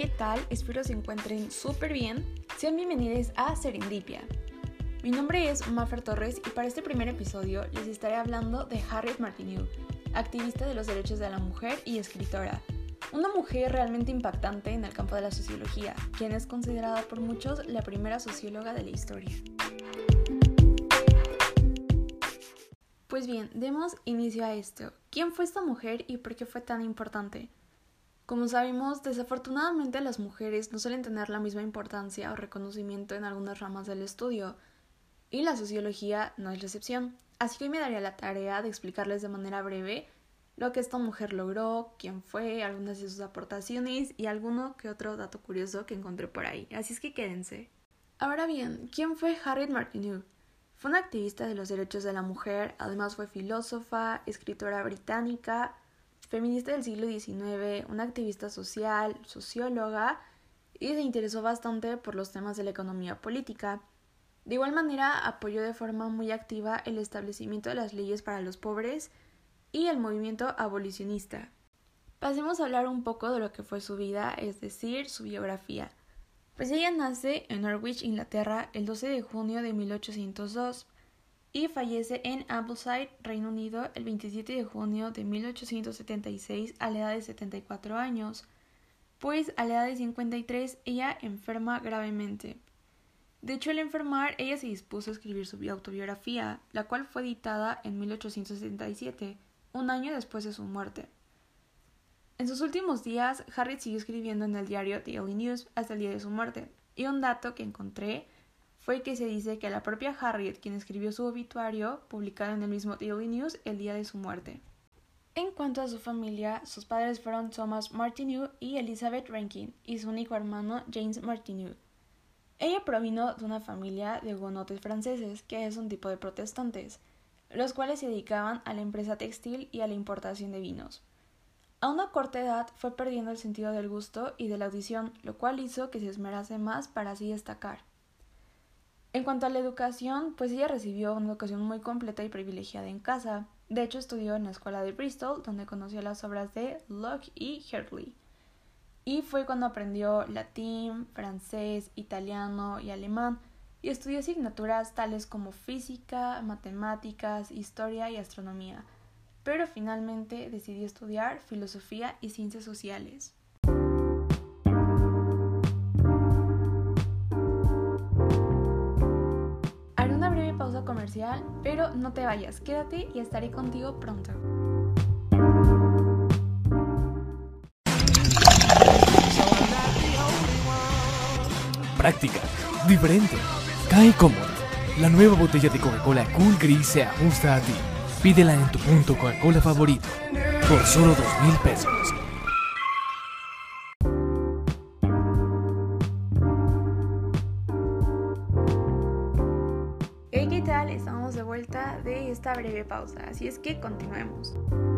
¿qué tal? Espero se encuentren súper bien. Sean bienvenidos a Serendipia. Mi nombre es Mafer Torres y para este primer episodio les estaré hablando de Harriet Martineau, activista de los derechos de la mujer y escritora. Una mujer realmente impactante en el campo de la sociología, quien es considerada por muchos la primera socióloga de la historia. Pues bien, demos inicio a esto. ¿Quién fue esta mujer y por qué fue tan importante? Como sabemos, desafortunadamente las mujeres no suelen tener la misma importancia o reconocimiento en algunas ramas del estudio, y la sociología no es la excepción. Así que hoy me daría la tarea de explicarles de manera breve lo que esta mujer logró, quién fue, algunas de sus aportaciones y alguno que otro dato curioso que encontré por ahí. Así es que quédense. Ahora bien, ¿quién fue Harriet Martineau? Fue una activista de los derechos de la mujer, además fue filósofa, escritora británica, feminista del siglo XIX, una activista social, socióloga y se interesó bastante por los temas de la economía política. De igual manera, apoyó de forma muy activa el establecimiento de las leyes para los pobres y el movimiento abolicionista. Pasemos a hablar un poco de lo que fue su vida, es decir, su biografía. Pues ella nace en Norwich, Inglaterra, el 12 de junio de 1802 y fallece en Ambleside, Reino Unido, el 27 de junio de 1876 a la edad de 74 años, pues a la edad de 53 ella enferma gravemente. De hecho, al enfermar, ella se dispuso a escribir su autobiografía, la cual fue editada en 1877, un año después de su muerte. En sus últimos días, Harriet siguió escribiendo en el diario Daily News hasta el día de su muerte, y un dato que encontré fue que se dice que la propia Harriet, quien escribió su obituario, publicado en el mismo Daily News el día de su muerte. En cuanto a su familia, sus padres fueron Thomas Martineau y Elizabeth Rankin, y su único hermano James Martineau. Ella provino de una familia de hugonotes franceses, que es un tipo de protestantes, los cuales se dedicaban a la empresa textil y a la importación de vinos. A una corta edad fue perdiendo el sentido del gusto y de la audición, lo cual hizo que se esmerase más para así destacar. En cuanto a la educación, pues ella recibió una educación muy completa y privilegiada en casa. De hecho, estudió en la escuela de Bristol, donde conoció las obras de Locke y Hartley. Y fue cuando aprendió latín, francés, italiano y alemán, y estudió asignaturas tales como física, matemáticas, historia y astronomía. Pero finalmente decidió estudiar filosofía y ciencias sociales. Haré una breve pausa comercial, pero no te vayas, quédate y estaré contigo pronto. Práctica, diferente, cae cómodo. La nueva botella de Coca-Cola Cool Gris se ajusta a ti. Pídela en tu punto Coca-Cola favorito por solo 2,000 pesos. Hey, ¿qué tal? Estamos de vuelta de esta breve pausa, así es que continuemos.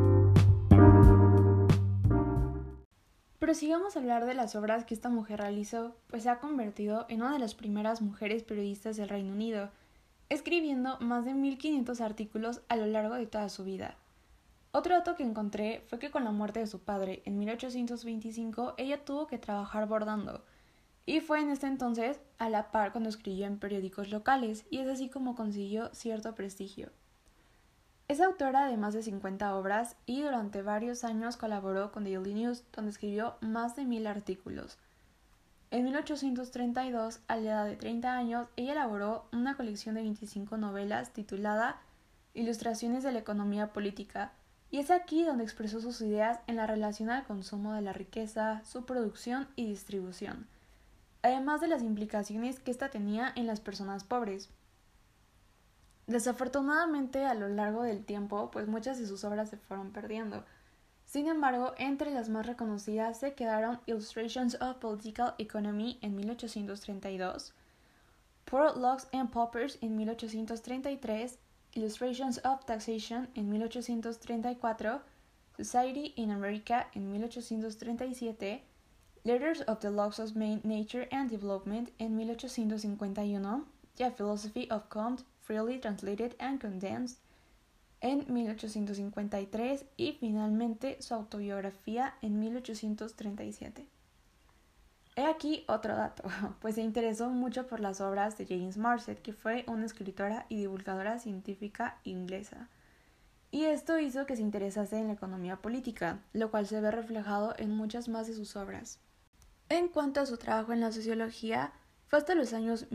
Prosigamos a hablar de las obras que esta mujer realizó, pues se ha convertido en una de las primeras mujeres periodistas del Reino Unido, escribiendo más de 1500 artículos a lo largo de toda su vida. Otro dato que encontré fue que con la muerte de su padre en 1825 ella tuvo que trabajar bordando, y fue en este entonces a la par cuando escribió en periódicos locales, y es así como consiguió cierto prestigio. Es autora de más de 50 obras y durante varios años colaboró con Daily News, donde escribió más de 1000 artículos. En 1832, a la edad de 30 años, ella elaboró una colección de 25 novelas titulada Ilustraciones de la economía política, y es aquí donde expresó sus ideas en la relación al consumo de la riqueza, su producción y distribución, además de las implicaciones que ésta tenía en las personas pobres. Desafortunadamente, a lo largo del tiempo, pues muchas de sus obras se fueron perdiendo. Sin embargo, entre las más reconocidas se quedaron Illustrations of Political Economy en 1832, Poor Laws and Paupers en 1833, Illustrations of Taxation en 1834, Society in America en 1837, Letters of the Laws of Nature and Development en 1851, The Philosophy of Comte, Freely Translated and Condensed en 1853 y finalmente su autobiografía en 1837. He aquí otro dato, pues se interesó mucho por las obras de James Marset, que fue una escritora y divulgadora científica inglesa. Y esto hizo que se interesase en la economía política, lo cual se ve reflejado en muchas más de sus obras. En cuanto a su trabajo en la sociología, fue hasta los años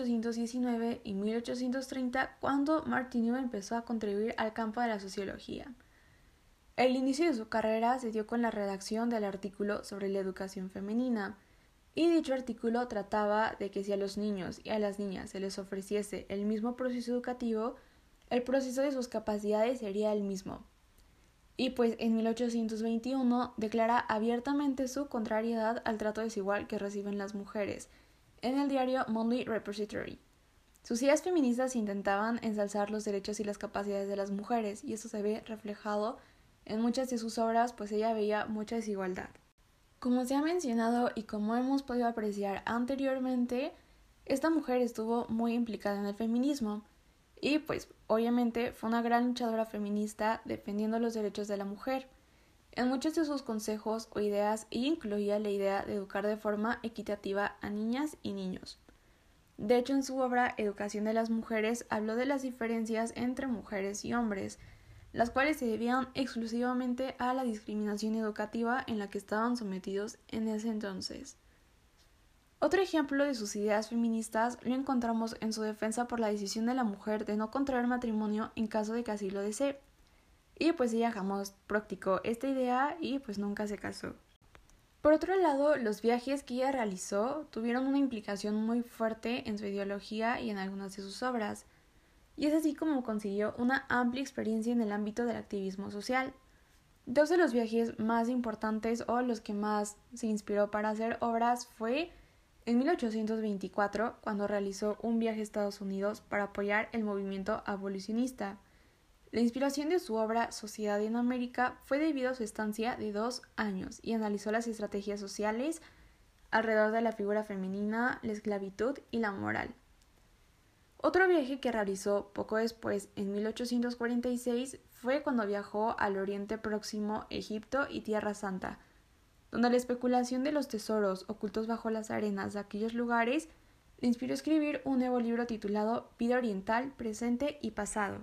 1819 y 1830 cuando Martineau empezó a contribuir al campo de la sociología. El inicio de su carrera se dio con la redacción del artículo sobre la educación femenina, y dicho artículo trataba de que si a los niños y a las niñas se les ofreciese el mismo proceso educativo, el proceso de sus capacidades sería el mismo. Y pues en 1821 declara abiertamente su contrariedad al trato desigual que reciben las mujeres, en el diario Monthly Repository. Sus ideas feministas intentaban ensalzar los derechos y las capacidades de las mujeres, y eso se ve reflejado en muchas de sus obras, pues ella veía mucha desigualdad. Como se ha mencionado y como hemos podido apreciar anteriormente, esta mujer estuvo muy implicada en el feminismo y pues obviamente fue una gran luchadora feminista defendiendo los derechos de la mujer. En muchos de sus consejos o ideas ella incluía la idea de educar de forma equitativa a niñas y niños. De hecho, en su obra Educación de las Mujeres habló de las diferencias entre mujeres y hombres, las cuales se debían exclusivamente a la discriminación educativa en la que estaban sometidos en ese entonces. Otro ejemplo de sus ideas feministas lo encontramos en su defensa por la decisión de la mujer de no contraer matrimonio en caso de que así lo desee. Y pues ella jamás practicó esta idea y pues nunca se casó. Por otro lado, los viajes que ella realizó tuvieron una implicación muy fuerte en su ideología y en algunas de sus obras. Y es así como consiguió una amplia experiencia en el ámbito del activismo social. Dos de los viajes más importantes o los que más se inspiró para hacer obras fue en 1824, cuando realizó un viaje a Estados Unidos para apoyar el movimiento abolicionista. La inspiración de su obra Sociedad en América fue debido a su estancia de 2 años y analizó las estrategias sociales alrededor de la figura femenina, la esclavitud y la moral. Otro viaje que realizó poco después, en 1846, fue cuando viajó al Oriente Próximo, Egipto y Tierra Santa, donde la especulación de los tesoros ocultos bajo las arenas de aquellos lugares le inspiró a escribir un nuevo libro titulado Vida Oriental, Presente y Pasado.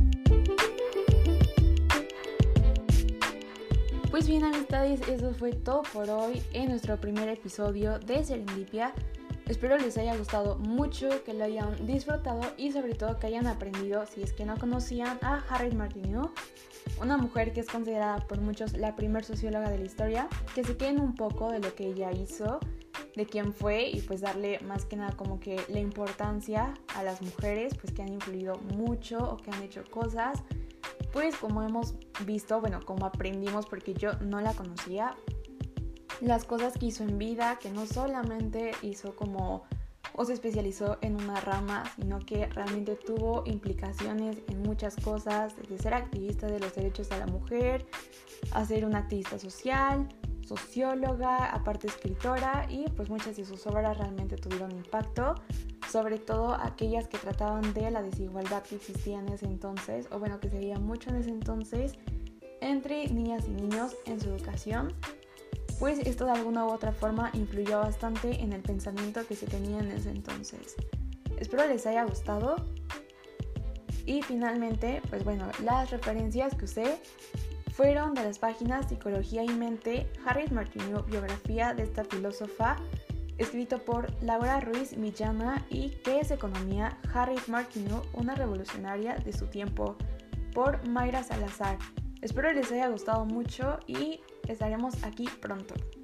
Pues bien, amistades, eso fue todo por hoy en nuestro primer episodio de Serendipia. Espero les haya gustado mucho, que lo hayan disfrutado y sobre todo que hayan aprendido, si es que no conocían, a Harriet Martineau, una mujer que es considerada por muchos la primer socióloga de la historia, que se queden un poco de lo que ella hizo, de quién fue y pues darle más que nada como que la importancia a las mujeres pues que han influido mucho o que han hecho cosas, pues como hemos visto, bueno, como aprendimos porque yo no la conocía, las cosas que hizo en vida, que no solamente hizo como o se especializó en una rama, sino que realmente tuvo implicaciones en muchas cosas, desde ser activista de los derechos de la mujer, a ser una activista social, socióloga, aparte escritora, y pues muchas de sus obras realmente tuvieron impacto, sobre todo aquellas que trataban de la desigualdad que existía en ese entonces, o bueno, que se veía mucho en ese entonces, entre niñas y niños en su educación. Pues esto de alguna u otra forma influyó bastante en el pensamiento que se tenía en ese entonces. Espero les haya gustado. Y finalmente, pues bueno, las referencias que usé fueron de las páginas Psicología y Mente, Harriet Martineau, biografía de esta filósofa, escrito por Laura Ruiz Millana, y ¿Qué es economía? Harriet Martineau, una revolucionaria de su tiempo, por Mayra Salazar. Espero les haya gustado mucho y estaremos aquí pronto.